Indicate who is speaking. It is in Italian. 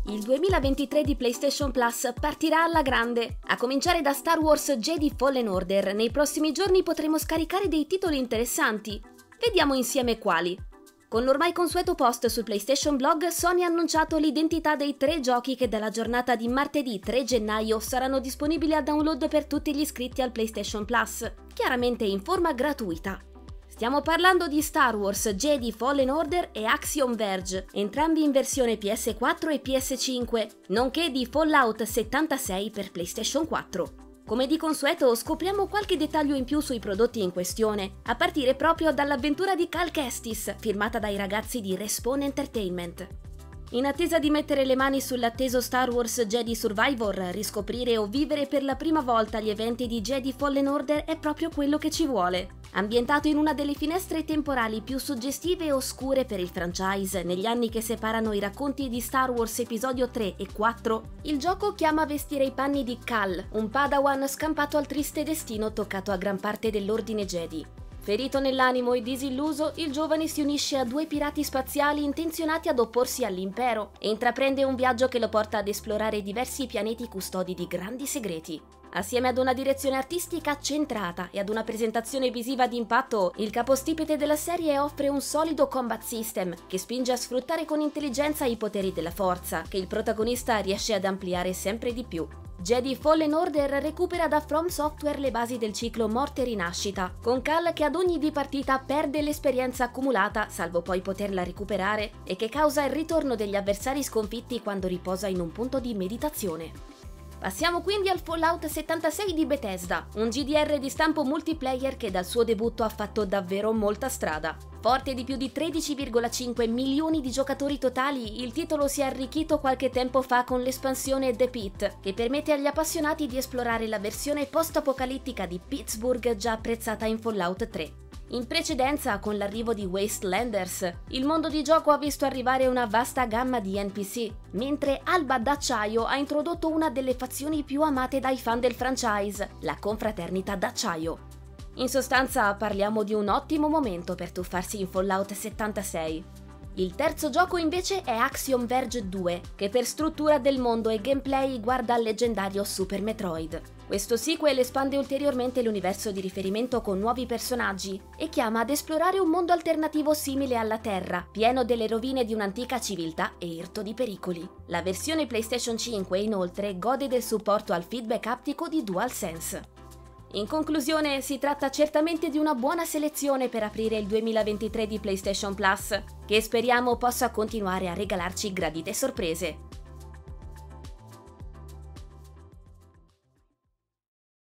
Speaker 1: Il 2023 di PlayStation Plus partirà alla grande. A cominciare da Star Wars Jedi Fallen Order, nei prossimi giorni potremo scaricare dei titoli interessanti. Vediamo insieme quali. Con l'ormai consueto post sul PlayStation Blog, Sony ha annunciato l'identità dei 3 giochi che dalla giornata di martedì 3 gennaio saranno disponibili al download per tutti gli iscritti al PlayStation Plus, chiaramente in forma gratuita. Stiamo parlando di Star Wars Jedi Fallen Order e Axiom Verge, entrambi in versione PS4 e PS5, nonché di Fallout 76 per PlayStation 4. Come di consueto scopriamo qualche dettaglio in più sui prodotti in questione, a partire proprio dall'avventura di Cal Kestis, firmata dai ragazzi di Respawn Entertainment. In attesa di mettere le mani sull'atteso Star Wars Jedi Survivor, riscoprire o vivere per la prima volta gli eventi di Jedi Fallen Order è proprio quello che ci vuole. Ambientato in una delle finestre temporali più suggestive e oscure per il franchise negli anni che separano i racconti di Star Wars episodio 3 e 4, il gioco chiama a vestire i panni di Cal, un Padawan scampato al triste destino toccato a gran parte dell'ordine Jedi. Ferito nell'animo e disilluso, il giovane si unisce a 2 pirati spaziali intenzionati ad opporsi all'impero e intraprende un viaggio che lo porta ad esplorare diversi pianeti custodi di grandi segreti. Assieme ad una direzione artistica centrata e ad una presentazione visiva d'impatto, il capostipite della serie offre un solido combat system che spinge a sfruttare con intelligenza i poteri della forza, che il protagonista riesce ad ampliare sempre di più. Jedi Fallen Order recupera da From Software le basi del ciclo morte e rinascita, con Cal che ad ogni dipartita perde l'esperienza accumulata, salvo poi poterla recuperare, e che causa il ritorno degli avversari sconfitti quando riposa in un punto di meditazione. Passiamo quindi al Fallout 76 di Bethesda, un GDR di stampo multiplayer che dal suo debutto ha fatto davvero molta strada. Forte di più di 13,5 milioni di giocatori totali, il titolo si è arricchito qualche tempo fa con l'espansione The Pit, che permette agli appassionati di esplorare la versione post-apocalittica di Pittsburgh già apprezzata in Fallout 3. In precedenza, con l'arrivo di Wastelanders, il mondo di gioco ha visto arrivare una vasta gamma di NPC, mentre Alba d'Acciaio ha introdotto una delle fazioni più amate dai fan del franchise, la Confraternita d'Acciaio. In sostanza, parliamo di un ottimo momento per tuffarsi in Fallout 76. Il terzo gioco invece è Axiom Verge 2, che per struttura del mondo e gameplay guarda al leggendario Super Metroid. Questo sequel espande ulteriormente l'universo di riferimento con nuovi personaggi e chiama ad esplorare un mondo alternativo simile alla Terra, pieno delle rovine di un'antica civiltà e irto di pericoli. La versione PlayStation 5 inoltre gode del supporto al feedback aptico di DualSense. In conclusione, si tratta certamente di una buona selezione per aprire il 2023 di PlayStation Plus, che speriamo possa continuare a regalarci gradite sorprese.